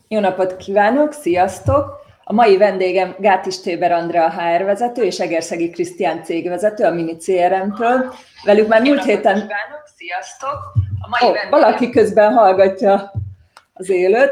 Jó napot kívánok, sziasztok! A mai vendégem Gátis Téber Andrea HR vezető és Egerszegi Krisztián cégvezető a Mini CRM-től. Velük már múlt héten... Kívánok, sziasztok! A mai vendégem... Valaki közben hallgatja az élőt.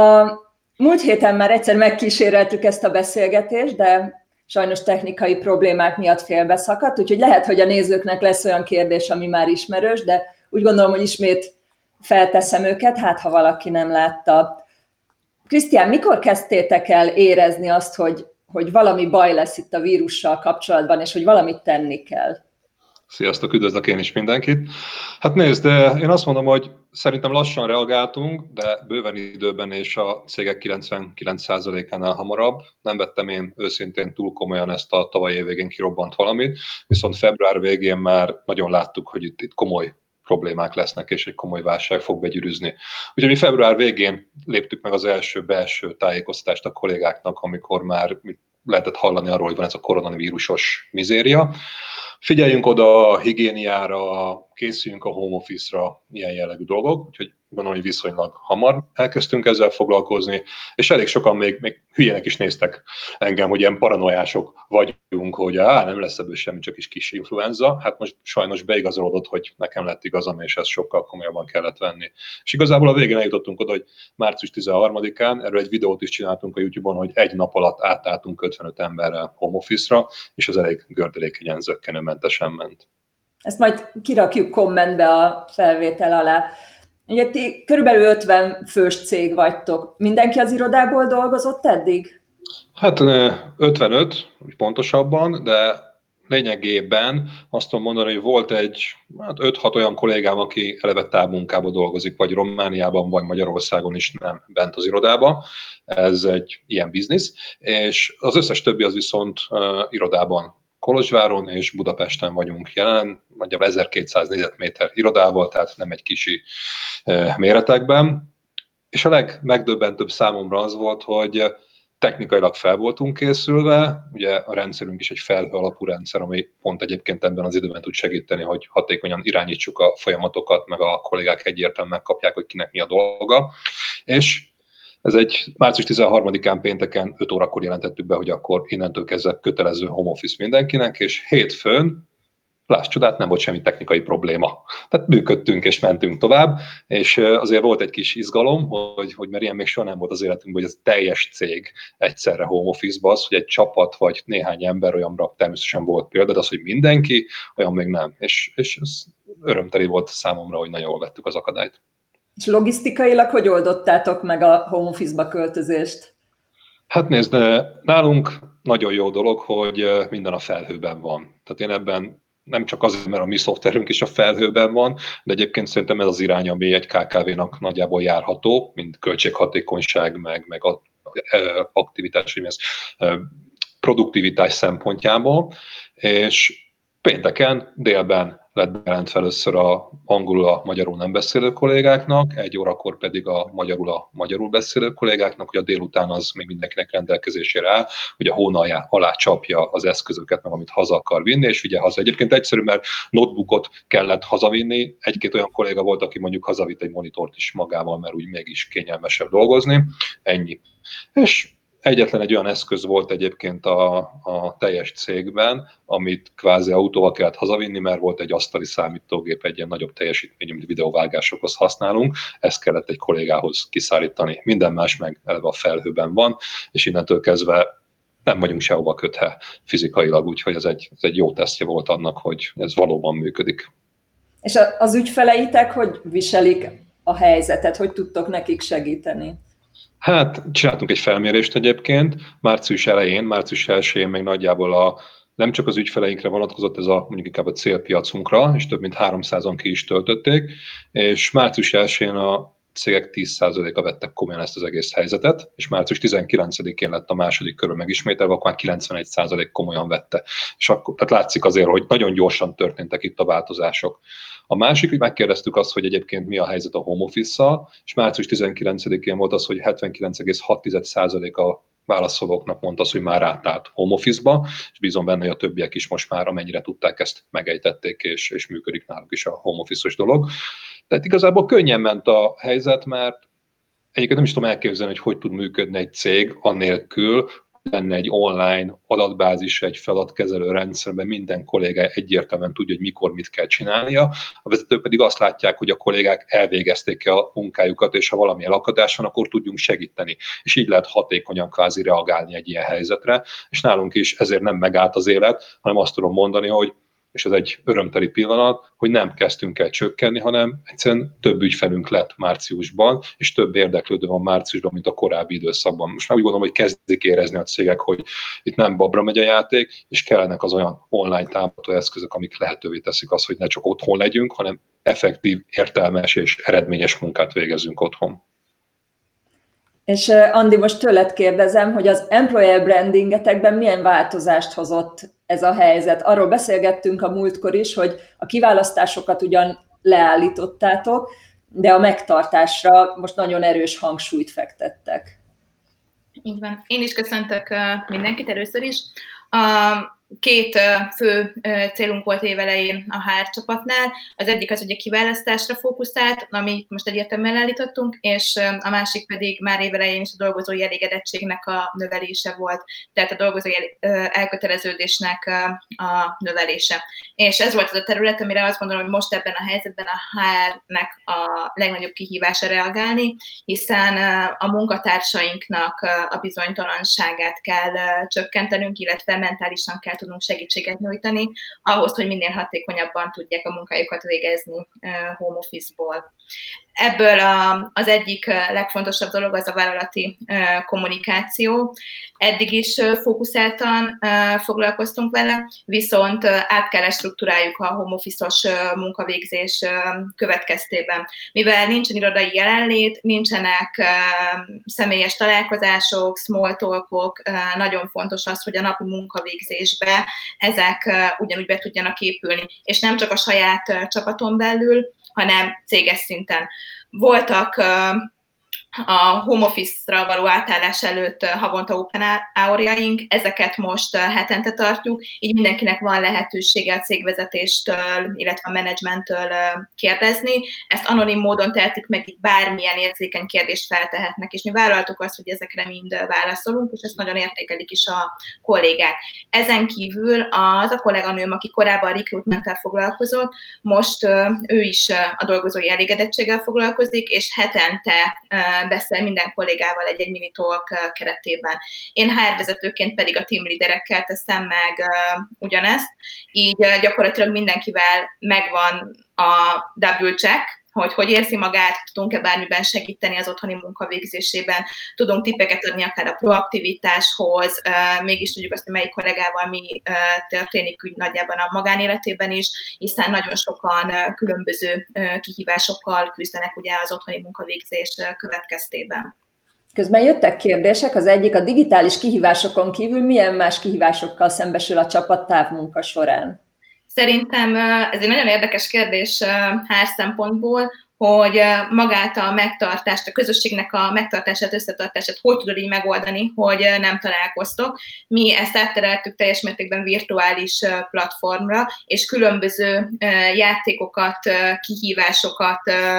Múlt héten már egyszer megkíséreltük ezt a beszélgetést, de sajnos technikai problémák miatt félbeszakadt, úgyhogy lehet, hogy a nézőknek lesz olyan kérdés, ami már ismerős, de úgy gondolom, hogy ismét felteszem őket, hát ha valaki nem látta. Krisztián, mikor kezdtétek el érezni azt, hogy valami baj lesz itt a vírussal kapcsolatban, és hogy valamit tenni kell? Sziasztok, üdvözlök én is mindenkit. Hát nézd, én azt mondom, hogy szerintem lassan reagáltunk, de bőven időben és a cégek 99%-ánál hamarabb. Nem vettem én őszintén túl komolyan ezt a tavalyi év végén kirobbant valamit, viszont február végén már nagyon láttuk, hogy itt komoly problémák lesznek, és egy komoly válság fog begyűrűzni. Úgyhogy mi február végén léptük meg az első belső tájékoztatást a kollégáknak, amikor már lehetett hallani arról, hogy van ez a koronavírusos mizéria. Figyeljünk oda a higiéniára, készüljünk a home office-ra, ilyen jellegű dolgok, úgyhogy gondolom, hogy viszonylag hamar elkezdtünk ezzel foglalkozni, és elég sokan még hülyének is néztek engem, hogy ilyen paranoiások vagyunk, hogy nem lesz ebből semmi, csak kis influenza. Hát most sajnos beigazolódott, hogy nekem lett igazam, és ezt sokkal komolyabban kellett venni. És igazából a végén eljutottunk oda, hogy március 13-án, erről egy videót is csináltunk a YouTube-on, hogy egy nap alatt átálltunk 55 emberrel home office-ra, és az elég gördülékenyen, zökkenőmentesen ment. Ezt majd kirakjuk kommentbe a felvétel alá. Ugye ti körülbelül 50 fős cég vagytok. Mindenki az irodából dolgozott eddig? Hát 55, pontosabban, de lényegében azt tudom mondani, hogy volt egy 5-6 olyan kollégám, aki eleve távmunkában dolgozik, vagy Romániában, vagy Magyarországon is, nem bent az irodába. Ez egy ilyen biznisz, és az összes többi az viszont irodában. Kolozsváron és Budapesten vagyunk jelen, nagyjából 1200 négyzetméter irodával, tehát nem egy kicsi méretekben. És a legmegdöbbentőbb számomra az volt, hogy technikailag fel voltunk készülve, ugye a rendszerünk is egy felhő alapú rendszer, ami pont egyébként ebben az időben tud segíteni, hogy hatékonyan irányítsuk a folyamatokat, meg a kollégák egyértelműen megkapják, hogy kinek mi a dolga. És ez egy március 13-án pénteken 5 órakor jelentettük be, hogy akkor innentől kezdve kötelező home office mindenkinek, és hétfőn, láss csodát, nem volt semmi technikai probléma. Tehát működtünk és mentünk tovább, és azért volt egy kis izgalom, hogy mert ilyen még soha nem volt az életünkben, hogy ez teljes cég egyszerre home office-ba, az, hogy egy csapat vagy néhány ember, olyanra természetesen volt példa, de az, hogy mindenki, olyan még nem. És ez örömteli volt számomra, hogy nagyon jól vettük az akadályt. És logisztikailag hogy oldottátok meg a home office-ba költözést? Hát nézd, nálunk nagyon jó dolog, hogy minden a felhőben van. Tehát én ebben nem csak azért, mert a mi szoftverünk is a felhőben van, de egyébként szerintem ez az irány, ami egy KKV-nak nagyjából járható, mint költséghatékonyság, meg aktivitás, produktivitás szempontjából, és pénteken délben lett bejelentve először a angolul a magyarul nem beszélő kollégáknak, 1 órakor pedig a magyarul beszélő kollégáknak, hogy a délután az még mindenkinek rendelkezésére áll, hogy a hóna alá csapja az eszközöket, meg amit haza akar vinni, és vigye haza. Egyébként egyszerű, mert notebookot kellett hazavinni, 1-2 olyan kolléga volt, aki mondjuk hazavitt egy monitort is magával, mert úgy mégis kényelmesebb dolgozni, ennyi. És egyetlen egy olyan eszköz volt egyébként a teljes cégben, amit kvázi autóval kellett hazavinni, mert volt egy asztali számítógép, egy ilyen nagyobb teljesítmény, amit videóvágásokhoz használunk, ezt kellett egy kollégához kiszállítani. Minden más meg eleve a felhőben van, és innentől kezdve nem vagyunk sehova kötve fizikailag, úgyhogy ez egy jó tesztje volt annak, hogy ez valóban működik. És az ügyfeleitek hogy viselik a helyzetet, hogy tudtok nekik segíteni? Hát csináltunk egy felmérést egyébként, március 1-én még nagyjából nem csak az ügyfeleinkre vonatkozott, ez mondjuk inkább a célpiacunkra, és több mint 300-an ki is töltötték, és március 1-én a cégek 10%-a vettek komolyan ezt az egész helyzetet, és március 19-én lett a második körül megismételve, akkor már 91% komolyan vette. És akkor, tehát látszik azért, hogy nagyon gyorsan történtek itt a változások. A másik, hogy megkérdeztük azt, hogy egyébként mi a helyzet a home office-szal, és március 19-én volt az, hogy 79,6% a válaszolóknak mondta azt, hogy már átállt home office-ba, és bízom benne, hogy a többiek is most már amennyire tudták, ezt megejtették, és működik náluk is a home office-os dolog. Tehát igazából könnyen ment a helyzet, mert egyébként nem is tudom elképzelni, hogy tud működni egy cég annélkül, lenne egy online adatbázis, egy feladatkezelő rendszerben minden kolléga egyértelműen tudja, hogy mikor mit kell csinálnia. A vezetők pedig azt látják, hogy a kollégák elvégezték a munkájukat, és ha valami elakadás van, akkor tudjunk segíteni. És így lehet hatékonyan kvázi reagálni egy ilyen helyzetre. És nálunk is ezért nem megállt az élet, hanem azt tudom mondani, hogy és ez egy örömteli pillanat, hogy nem kezdtünk el csökkenni, hanem egyszerűen több ügyfelünk lett márciusban, és több érdeklődő van márciusban, mint a korábbi időszakban. Most már úgy gondolom, hogy kezdik érezni a cégek, hogy itt nem babra megy a játék, és kellenek az olyan online támogató eszközök, amik lehetővé teszik azt, hogy ne csak otthon legyünk, hanem effektív, értelmes és eredményes munkát végezzünk otthon. És Andi, most tőled kérdezem, hogy az employer brandingetekben milyen változást hozott ez a helyzet? Arról beszélgettünk a múltkor is, hogy a kiválasztásokat ugyan leállítottátok, de a megtartásra most nagyon erős hangsúlyt fektettek. Így van. Én is köszöntök mindenkit először is. Két fő célunk volt évelején a HR csapatnál. Az egyik az, hogy a kiválasztásra fókuszált, amit most egyértelműen állítottunk, és a másik pedig már évelején is a dolgozói elégedettségnek a növelése volt, tehát a dolgozói elköteleződésnek a növelése. És ez volt az a terület, amire azt gondolom, hogy most ebben a helyzetben a HR-nek a legnagyobb kihívása reagálni, hiszen a munkatársainknak a bizonytalanságát kell csökkentenünk, illetve mentálisan kell tudnunk segítséget nyújtani, ahhoz, hogy minél hatékonyabban tudják a munkájukat végezni home office-ból. Ebből az egyik legfontosabb dolog az a vállalati kommunikáció. Eddig is fókuszáltan foglalkoztunk vele, viszont át kell struktúráljuk a home office-os munkavégzés következtében. Mivel nincsen irodai jelenlét, nincsenek személyes találkozások, small talkok, nagyon fontos az, hogy a napi munkavégzésbe ezek ugyanúgy be tudjanak épülni, és nem csak a saját csapaton belül, hanem céges szinten. Voltak a home office-ra való átállás előtt havonta open hour-jaink, ezeket most hetente tartjuk, így mindenkinek van lehetősége a cégvezetéstől, illetve a menedzsmenttől kérdezni. Ezt anonim módon tehetik meg, így bármilyen érzékeny kérdést feltehetnek, és mi vállaltuk azt, hogy ezekre mind válaszolunk, és ezt nagyon értékelik is a kollégák. Ezen kívül az a kolléganőm, aki korábban recruitmenttel foglalkozott, most ő is a dolgozói elégedettséggel foglalkozik, és hetente beszél minden kollégával egy mini talk keretében. Én HR vezetőként pedig a team leaderekkel teszem meg ugyanezt, így gyakorlatilag mindenkivel megvan a double check, hogy érzi magát, tudunk-e bármiben segíteni az otthoni munkavégzésében, tudunk tippeket adni akár a proaktivitáshoz, mégis tudjuk azt, hogy melyik kollégával mi történik úgy nagyjában a magánéletében is, hiszen nagyon sokan különböző kihívásokkal küzdenek ugye az otthoni munkavégzés következtében. Közben jöttek kérdések, az egyik a digitális kihívásokon kívül milyen más kihívásokkal szembesül a csapat távmunka során? Szerintem ez egy nagyon érdekes kérdés HR szempontból, hogy magát a megtartást, a közösségnek a megtartását, összetartását hogy tudod így megoldani, hogy nem találkoztok. Mi ezt áttereltük teljes mértékben virtuális platformra, és különböző játékokat, kihívásokat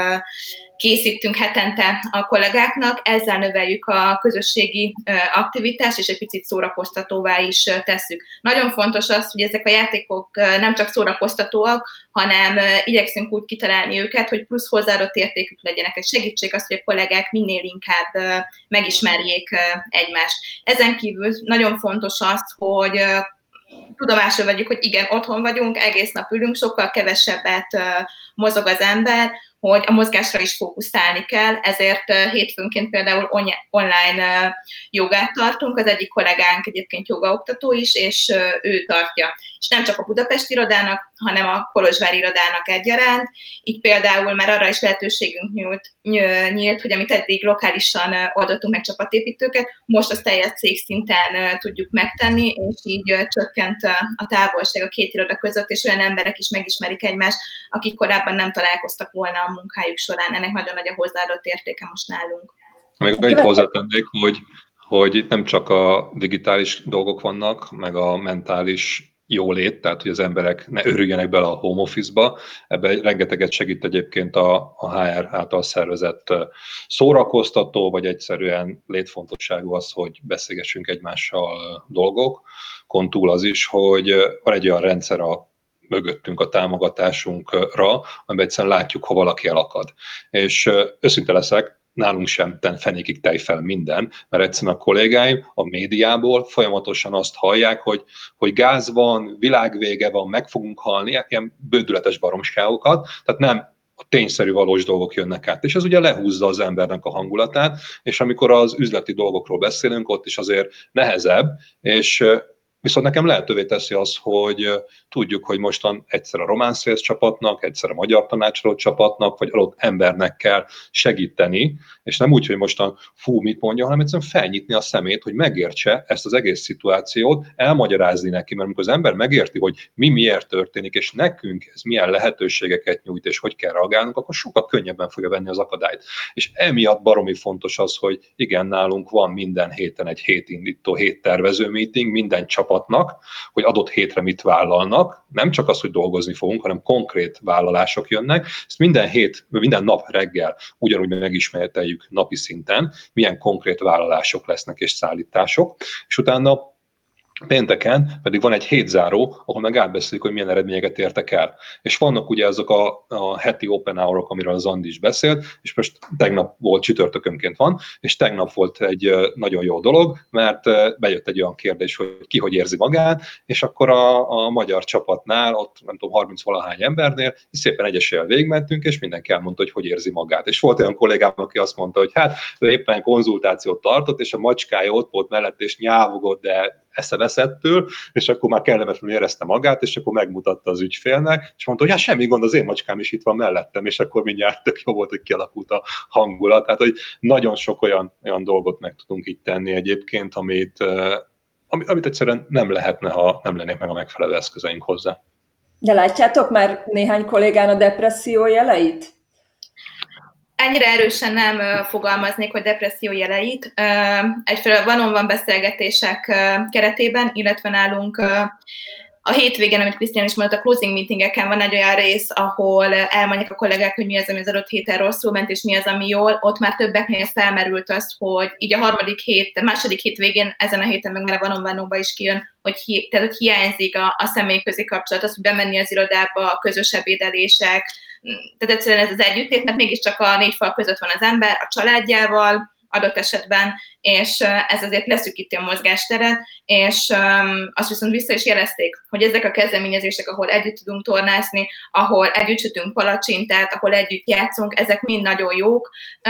készítünk hetente a kollégáknak, ezzel növeljük a közösségi aktivitást, és egy picit szórakoztatóvá is tesszük. Nagyon fontos az, hogy ezek a játékok nem csak szórakoztatóak, hanem igyekszünk úgy kitalálni őket, hogy plusz hozzáadott értékük legyenek. Ez segítség az, hogy a kollégák minél inkább megismerjék egymást. Ezen kívül nagyon fontos az, hogy tudomásra vegyük, hogy igen, otthon vagyunk, egész nap ülünk, sokkal kevesebbet mozog az ember, hogy a mozgásra is fókuszálni kell, ezért hétfőnként például online jogát tartunk, az egyik kollégánk egyébként jogaoktató is, és ő tartja. És nem csak a Budapesti irodának, hanem a Kolozsvári irodának egyaránt. Így például már arra is lehetőségünk nyílt, hogy amit eddig lokálisan oldottunk meg csapatépítőket, most azt teljes cégszinten tudjuk megtenni, és így csökkent a távolság a két iroda között, és olyan emberek is megismerik egymást, akik korábban nem találkoztak volna a munkájuk során. Ennek nagyon nagy a hozzáadott értéke most nálunk. Még annyit hozzátennék, hogy itt nem csak a digitális dolgok vannak, meg a mentális jólét, tehát hogy az emberek ne örüljenek bele a home office-ba. Ebben rengeteget segít egyébként a HR által szervezett szórakoztató, vagy egyszerűen létfontosságú az, hogy beszélgessünk egymással dolgokon túl az is, hogy van egy olyan rendszer mögöttünk a támogatásunkra, amiben egyszerűen látjuk, ha valaki elakad. És őszinte leszek, nálunk sem fenékig tejfel minden, mert egyszerűen a kollégáim a médiából folyamatosan azt hallják, hogy gáz van, világvége van, meg fogunk halni, ilyen bődületes baromságokat, tehát nem a tényszerű valós dolgok jönnek át. És ez ugye lehúzza az embernek a hangulatát, és amikor az üzleti dolgokról beszélünk, ott is azért nehezebb, és viszont nekem lehetővé teszi az, hogy tudjuk, hogy mostan egyszer a román sales csapatnak, egyszer a magyar tanácsadó csapatnak, vagy adott embernek kell segíteni, és nem úgy, hogy mostan mit mondja, hanem egyszerűen felnyitni a szemét, hogy megértse ezt az egész szituációt, elmagyarázni neki, mert amikor az ember megérti, hogy mi miért történik, és nekünk ez milyen lehetőségeket nyújt, és hogy kell reagálnunk, akkor sokkal könnyebben fogja venni az akadályt. És emiatt baromi fontos az, hogy igen, nálunk van minden héten egy hétindító, héttervező meeting, minden csapatnak, hogy adott hétre mit vállalnak, nem csak az, hogy dolgozni fogunk, hanem konkrét vállalások jönnek. Ezt minden nap reggel ugyanúgy megismételjük napi szinten, milyen konkrét vállalások lesznek és szállítások, és utána pénteken pedig van egy hétzáró, ahol meg átbeszéljük, hogy milyen eredményeket értek el. És vannak ugye azok a heti open hour-ok, amiről az Andi is beszélt, és most tegnap volt, csütörtökönként van, és tegnap volt egy nagyon jó dolog, mert bejött egy olyan kérdés, hogy ki hogy érzi magát, és akkor a magyar csapatnál, ott nem tudom, 30-valahány embernél, és szépen egyesével végigmentünk, és mindenki elmondta, hogy érzi magát. És volt olyan kollégám, aki azt mondta, hogy hát ő éppen konzultációt tartott, és a macskája ott volt mellett, és nyávogott, de eszeveszettől, és akkor már kellemetlenül érezte magát, és akkor megmutatta az ügyfélnek, és mondta, hogy hát semmi gond, az én macskám is itt van mellettem, és akkor mindjárt tök jó volt, hogy kialakult a hangulat. Tehát, hogy nagyon sok olyan dolgot meg tudunk itt tenni egyébként, amit egyszerűen nem lehetne, ha nem lennék meg a megfelelő eszközeink hozzá. De látjátok már néhány kollégán a depresszió jeleit? Ennyire erősen nem fogalmaznék, hogy depresszió jeleit. Egyfelől one-on-one beszélgetések keretében, illetve nálunk a hétvégén, amit Krisztián is mondott, a closing meetingeken van egy olyan rész, ahol elmondják a kollégák, hogy mi az, ami az adott héten rosszul ment, és mi az, ami jól. Ott már többeknél felmerült az, hogy így a második hétvégén, ezen a héten meg már a one-on-one-okba is kijön, hogy hiányzik a személyközi kapcsolat, az, hogy bemenni az irodába, a közös ebédelések, tehát egyszerűen ez az együttét, mert mégiscsak a négy fal között van az ember, a családjával adott esetben, és ez azért leszűkíti a mozgásteret, és azt viszont vissza is jelezték, hogy ezek a kezdeményezések, ahol együtt tudunk tornászni, ahol együtt sütünk palacsintát, ahol együtt játszunk, ezek mind nagyon jók.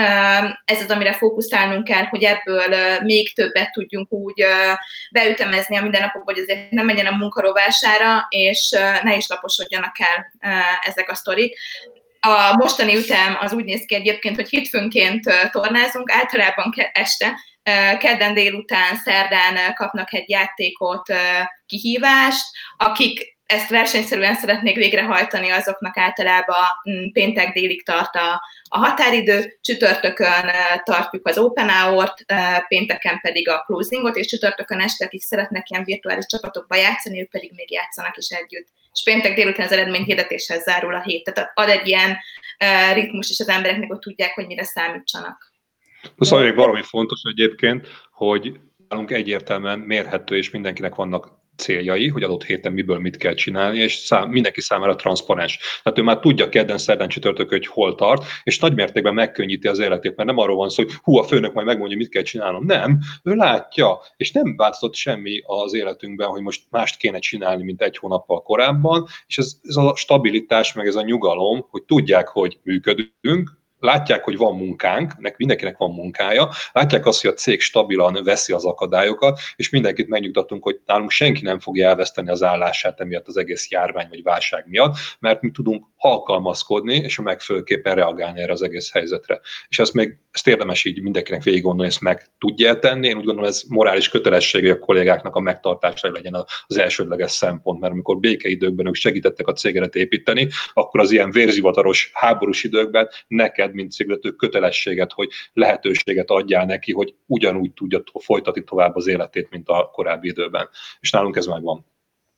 Ez az, amire fókuszálnunk kell, hogy ebből még többet tudjunk úgy beütemezni a mindennapokban, hogy azért nem menjen a munka rovására, és ne is laposodjanak el ezek a sztorik. A mostani ütem az úgy néz ki egyébként, hogy hétfőnként tornázunk, általában este, kedden délután, szerdán kapnak egy játékot, kihívást, akik ezt versenyszerűen szeretnék végrehajtani, azoknak általában péntek délig tart a határidő, csütörtökön tartjuk az open hour-t, pénteken pedig a closingot, és csütörtökön este, akik szeretnek ilyen virtuális csapatokba játszani, ők pedig még játszanak is együtt. És péntek délután az eredményhirdetéssel zárul a hét. Tehát ad egy ilyen ritmus is az embereknek, hogy tudják, hogy mire számítsanak. Szóval még valami fontos egyébként, hogy nálunk egyértelműen mérhető, és mindenkinek vannak céljai, hogy adott héten miből mit kell csinálni, és mindenki számára transzparens. Tehát ő már tudja kedden, szerdán, csütörtökön, hogy hol tart, és nagy mértékben megkönnyíti az életét, mert nem arról van szó, hogy a főnök majd megmondja, mit kell csinálnom. Nem, ő látja, és nem változott semmi az életünkben, hogy most mást kéne csinálni, mint egy hónappal korábban, és ez a stabilitás, meg ez a nyugalom, hogy tudják, hogy működünk, látják, hogy van munkánk, mindenkinek van munkája, látják azt, hogy a cég stabilan veszi az akadályokat, és mindenkit megnyugtatunk, hogy nálunk senki nem fogja elveszteni az állását emiatt az egész járvány vagy válság miatt, mert mi tudunk alkalmazkodni, és a megfelelőképpen reagálni erre az egész helyzetre. És ezt érdemes így mindenkinek végig gondolni, ezt meg tudja tenni. Én úgy gondolom, ez morális kötelessége a kollégáknak a megtartása legyen az elsődleges szempont, mert amikor békeidőkben ők segítettek a céget építeni, akkor az ilyen vérzivataros háborús időkben neked, mint cégvezető kötelességet, hogy lehetőséget adjál neki, hogy ugyanúgy tudja folytatni tovább az életét, mint a korábbi időben. És nálunk ez megvan.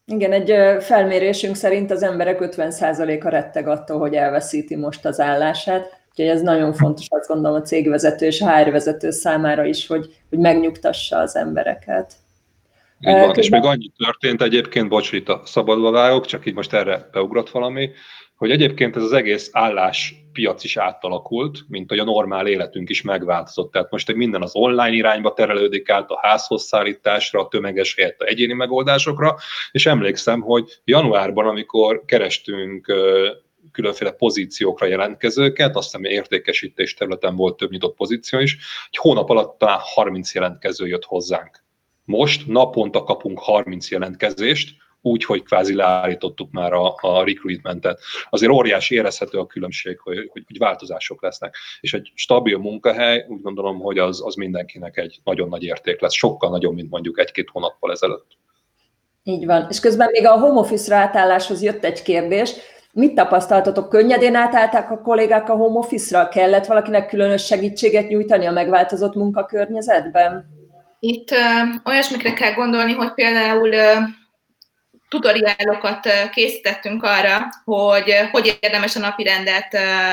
Igen, egy felmérésünk szerint az emberek 50%-a retteg attól, hogy elveszíti most az állását, úgyhogy ez nagyon fontos, azt gondolom, a cégvezető és a HR vezető számára is, hogy megnyugtassa az embereket. Így van. És még annyi történt egyébként, bocs, itt a szabadba vágok, csak így most erre beugrott valami, hogy egyébként ez az egész álláspiac is átalakult, mint hogy a normál életünk is megváltozott. Tehát most minden az online irányba terelődik át, a házhoz szállításra, a tömeges helyett a egyéni megoldásokra, és emlékszem, hogy januárban, amikor kerestünk különféle pozíciókra jelentkezőket, azt hiszem értékesítés területen volt több nyitott pozíció is, egy hónap alatt talán 30 jelentkező jött hozzánk. Most naponta kapunk 30 jelentkezést, úgy, hogy kvázi leállítottuk már a recruitmentet. Azért óriási érezhető a különbség, hogy változások lesznek. És egy stabil munkahely, úgy gondolom, hogy az mindenkinek egy nagyon nagy érték lesz. Sokkal nagyobb, mint mondjuk 1-2 hónappal ezelőtt. Így van. És közben még a home office-ra átálláshoz jött egy kérdés. Mit tapasztaltatok? Könnyedén átállták a kollégák a home office-ra? Kellett valakinek különös segítséget nyújtani a megváltozott munkakörnyezetben? Itt olyasmikre kell gondolni, hogy például tutoriálokat készítettünk arra, hogy érdemes a napirendet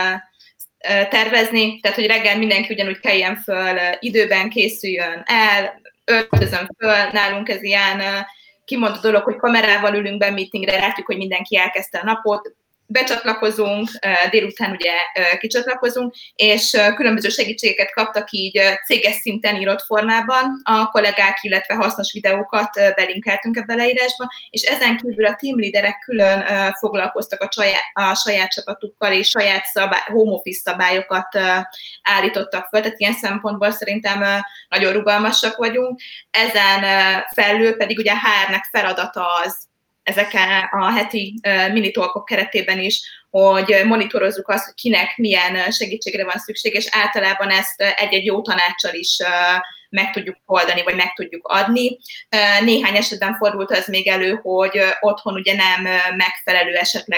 tervezni, tehát hogy reggel mindenki ugyanúgy keljen föl, időben készüljön el, öltözön föl, nálunk ez ilyen kimondott dolog, hogy kamerával ülünk be meetingre, látjuk, hogy mindenki elkezdte a napot, becsatlakozunk, délután ugye kicsatlakozunk, és különböző segítségeket kaptak így céges szinten írott formában a kollégák, illetve hasznos videókat belinkeltünk ebbe a leírásba, és ezen kívül a team leaderek külön foglalkoztak a saját csapatukkal, és saját home office szabályokat állítottak föl, tehát ilyen szempontból szerintem nagyon rugalmasak vagyunk. Ezen felül pedig ugye a HR-nek feladata az, ezeken a heti minitalkok keretében is, hogy monitorozzuk azt, hogy kinek milyen segítségre van szükség, és általában ezt egy-egy jó tanáccsal is meg tudjuk oldani, vagy meg tudjuk adni. Néhány esetben fordult az még elő, hogy otthon ugye nem megfelelő esetleg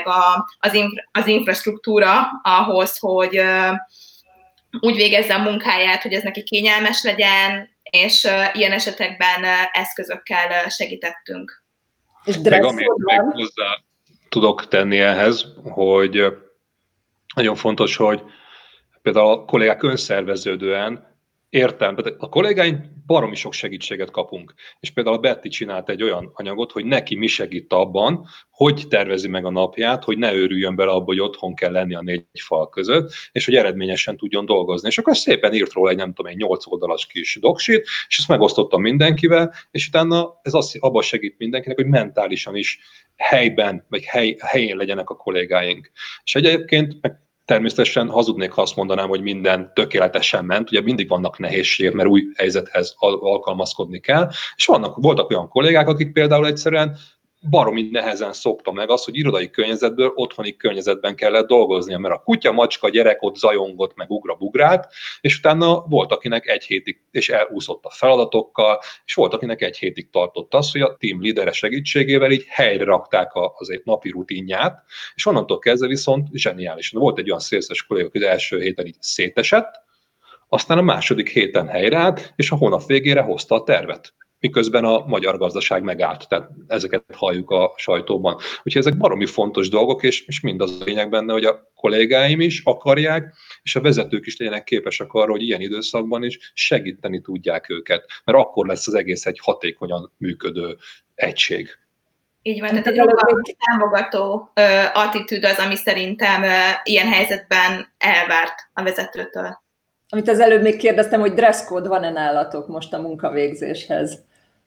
az infrastruktúra ahhoz, hogy úgy végezze a munkáját, hogy ez neki kényelmes legyen, és ilyen esetekben eszközökkel segítettünk. Meg amit hozzá tudok tenni ehhez, hogy nagyon fontos, hogy például a kollégák önszerveződően a kollégáink baromi sok segítséget kapunk. És például a Betty csinált egy olyan anyagot, hogy neki mi segít abban, hogy tervezi meg a napját, hogy ne őrüljön bele abba, hogy otthon kell lenni a 4 fal között, és hogy eredményesen tudjon dolgozni. És akkor szépen írt róla egy, nem tudom, egy 8 oldalas kis doksit, és ezt megosztottam mindenkivel, és utána ez abban segít mindenkinek, hogy mentálisan is helyben, vagy helyén legyenek a kollégáink. És egyébként természetesen hazudnék, ha azt mondanám, hogy minden tökéletesen ment, ugye mindig vannak nehézségek, mert új helyzethez alkalmazkodni kell, és voltak olyan kollégák, akik például egyszerűen baromi nehezen szokta meg az, hogy irodai környezetből otthoni környezetben kellett dolgoznia, mert a kutya, macska, gyerek ott zajongott, meg ugra-bugrált, és utána volt, akinek 1 hétig, és elúszott a feladatokkal, és volt, akinek 1 hétig tartott az, hogy a team leadere segítségével így helyre rakták azért napi rutinját, és onnantól kezdve viszont zseniális. Volt egy olyan szélszes kolléga, hogy az első héten így szétesett, aztán a második héten helyreállt, és a hónap végére hozta a tervet, miközben a magyar gazdaság megállt. Tehát ezeket halljuk a sajtóban. Úgyhogy ezek baromi fontos dolgok, és mind az a lényeg benne, hogy a kollégáim is akarják, és a vezetők is legyenek képesek arra, hogy ilyen időszakban is segíteni tudják őket. Mert akkor lesz az egész egy hatékonyan működő egység. Így van, tehát egy támogató attitűd az, ami szerintem ilyen helyzetben elvárt a vezetőtől. Amit az előbb még kérdeztem, hogy dresscode van-e nálatok most a munkavégzéshez?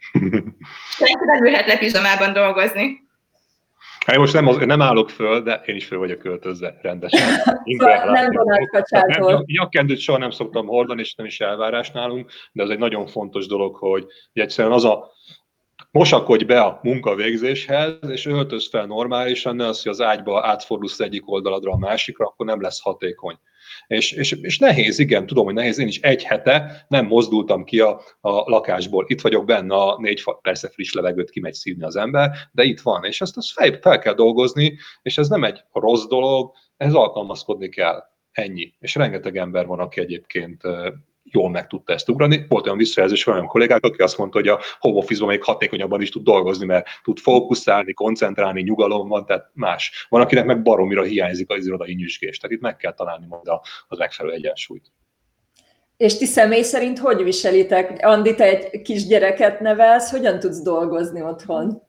Senki nem ülhet le pizsamában dolgozni. Hát most nem állok föl, de én is föl vagyok költözve rendesen. Nem vonatkacsától. Nyakkendőt soha nem szoktam hordani, és nem is elvárás nálunk, de ez egy nagyon fontos dolog, hogy egyszerűen mosakodj be a munkavégzéshez, és öltöz fel normálisan, ne az, hogy az ágyba átfordulsz egyik oldaladra a másikra, akkor nem lesz hatékony. És nehéz, igen, tudom, hogy nehéz, én is 1 hete nem mozdultam ki a lakásból. Itt vagyok benne a 4 fal, persze friss levegőt kimegy szívni az ember, de itt van, és ezt fel kell dolgozni, és ez nem egy rossz dolog, ehhez alkalmazkodni kell, ennyi. És rengeteg ember van, aki egyébként jól meg tudta ezt ugrani. Volt olyan visszajelzés olyan kollégák, aki azt mondta, hogy a home office-ban még hatékonyabban is tud dolgozni, mert tud fókuszálni, koncentrálni, nyugalom van, tehát más. Van, akinek meg baromira hiányzik az irodai nyüzsgés, tehát itt meg kell találni majd az megfelelő egyensúlyt. És ti személy szerint hogy viselitek? Andi, te egy kisgyereket nevelsz, hogyan tudsz dolgozni otthon?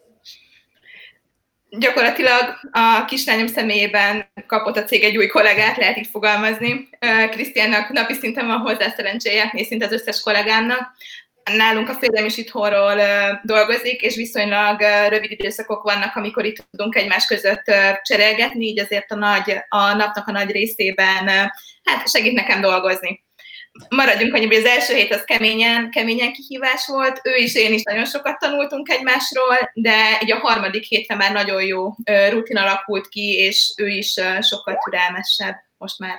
Gyakorlatilag a kislányom személyében kapott a cég egy új kollégát, lehet így fogalmazni. Krisztiánnak napi szinten van hozzá szerencséje, és szinte az összes kollégámnak. Nálunk a férjem is itthonról dolgozik, és viszonylag rövid időszakok vannak, amikor itt tudunk egymás között cserélgetni, így azért a napnak a nagy részében segít nekem dolgozni. Maradjunk annyi, hogy az első hét az keményen kihívás volt, ő is, én is nagyon sokat tanultunk egymásról, de így a harmadik hétre már nagyon jó rutin alakult ki, és ő is sokkal türelmesebb most már.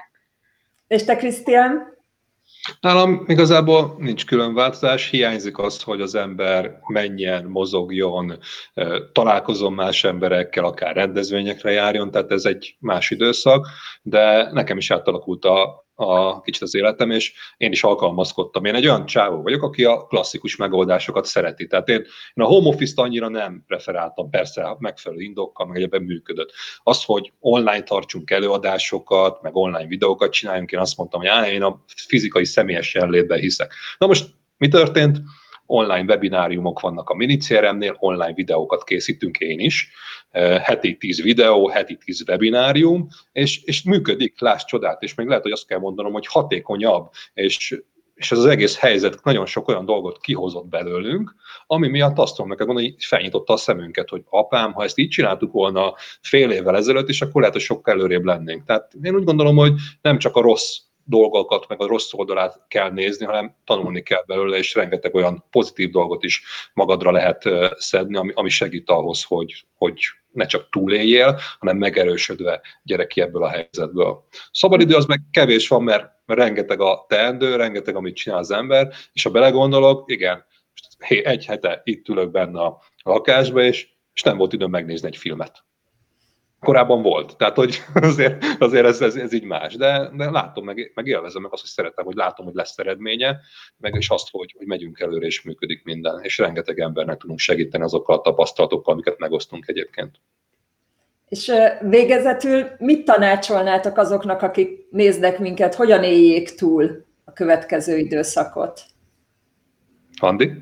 És te, Krisztián? Nálam igazából nincs külön változás, hiányzik az, hogy az ember menjen, mozogjon, találkozom más emberekkel, akár rendezvényekre járjon, tehát ez egy más időszak, de nekem is átalakult a kicsit az életem, és én is alkalmazkodtam. Én egy olyan csávó vagyok, aki a klasszikus megoldásokat szereti. Tehát én a home office-t annyira nem preferáltam, persze megfelelő indokkal, meg egyébben működött. Az, hogy online tartsunk előadásokat, meg online videókat csináljunk, én azt mondtam, hogy én a fizikai személyes jelenlétben hiszek. Na most mi történt? Online webináriumok vannak a MiniCRM-nél, online videókat készítünk én is, heti 10 videó, heti 10 webinárium, és működik, láss csodát, és még lehet, hogy azt kell mondanom, hogy hatékonyabb, és ez az egész helyzet nagyon sok olyan dolgot kihozott belőlünk, ami miatt azt tudom neked mondani, hogy felnyitotta a szemünket, hogy apám, ha ezt így csináltuk volna fél évvel ezelőtt, és akkor lehet, hogy sokkal előrébb lennénk. Tehát én úgy gondolom, hogy nem csak a rossz dolgokat, meg a rossz oldalát kell nézni, hanem tanulni kell belőle, és rengeteg olyan pozitív dolgot is magadra lehet szedni, ami segít ahhoz, hogy ne csak túléljél, hanem megerősödve gyere ki ebből a helyzetből. Szabadidő az meg kevés van, mert rengeteg a teendő, rengeteg, amit csinál az ember, és ha belegondolok, igen, egy hete itt ülök benne a lakásba, és nem volt időm megnézni egy filmet. Korábban volt, tehát hogy azért ez így más, de látom, meg élvezem meg azt, hogy szeretem, hogy látom, hogy lesz eredménye, meg is azt, hogy megyünk előre és működik minden, és rengeteg embernek tudunk segíteni azokkal a tapasztalatokkal, amiket megosztunk egyébként. És végezetül mit tanácsolnátok azoknak, akik néznek minket, hogyan éljék túl a következő időszakot? Andi?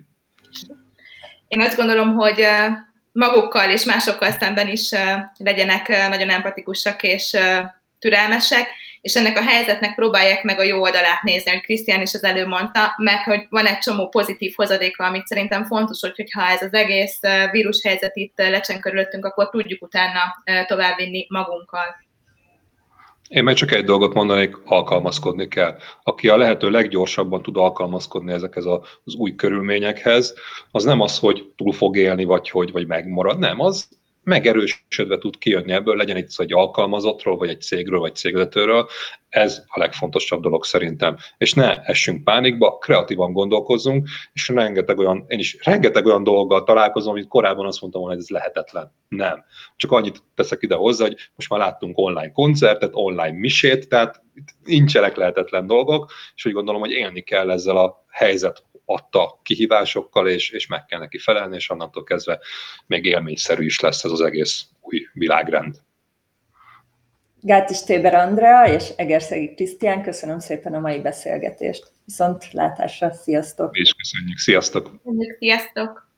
Én azt gondolom, hogy magukkal és másokkal szemben is legyenek nagyon empatikusak és türelmesek, és ennek a helyzetnek próbálják meg a jó oldalát nézni, hogy Krisztián is az előbb mondta, meg hogy van egy csomó pozitív hozadéka, amit szerintem fontos, hogyha ez az egész vírushelyzet itt lecsen körülöttünk, akkor tudjuk utána továbbvinni magunkkal. Én meg csak egy dolgot mondanék, alkalmazkodni kell. Aki a lehető leggyorsabban tud alkalmazkodni ezekhez az új körülményekhez, az nem az, hogy túl fog élni, vagy megmarad, nem, az megerősödve tud kijönni ebből, legyen itt szó egy alkalmazottról, vagy egy cégről, vagy cégvezetőről, ez a legfontosabb dolog szerintem. És ne essünk pánikba, kreatívan gondolkozzunk, és én is rengeteg olyan dologgal találkozom, amit korábban azt mondtam volna, hogy ez lehetetlen. Nem. Csak annyit teszek ide hozzá, hogy most már láttunk online koncertet, online misét, tehát nincsenek lehetetlen dolgok, és úgy gondolom, hogy élni kell ezzel a helyzet adta kihívásokkal, és meg kell neki felelni, és annattól kezdve még élményszerű is lesz ez az egész új világrend. Gátis Téber Andrea és Egerszegi Krisztián, köszönöm szépen a mai beszélgetést. Viszont látásra, sziasztok! Mi is köszönjük, sziasztok! Sziasztok!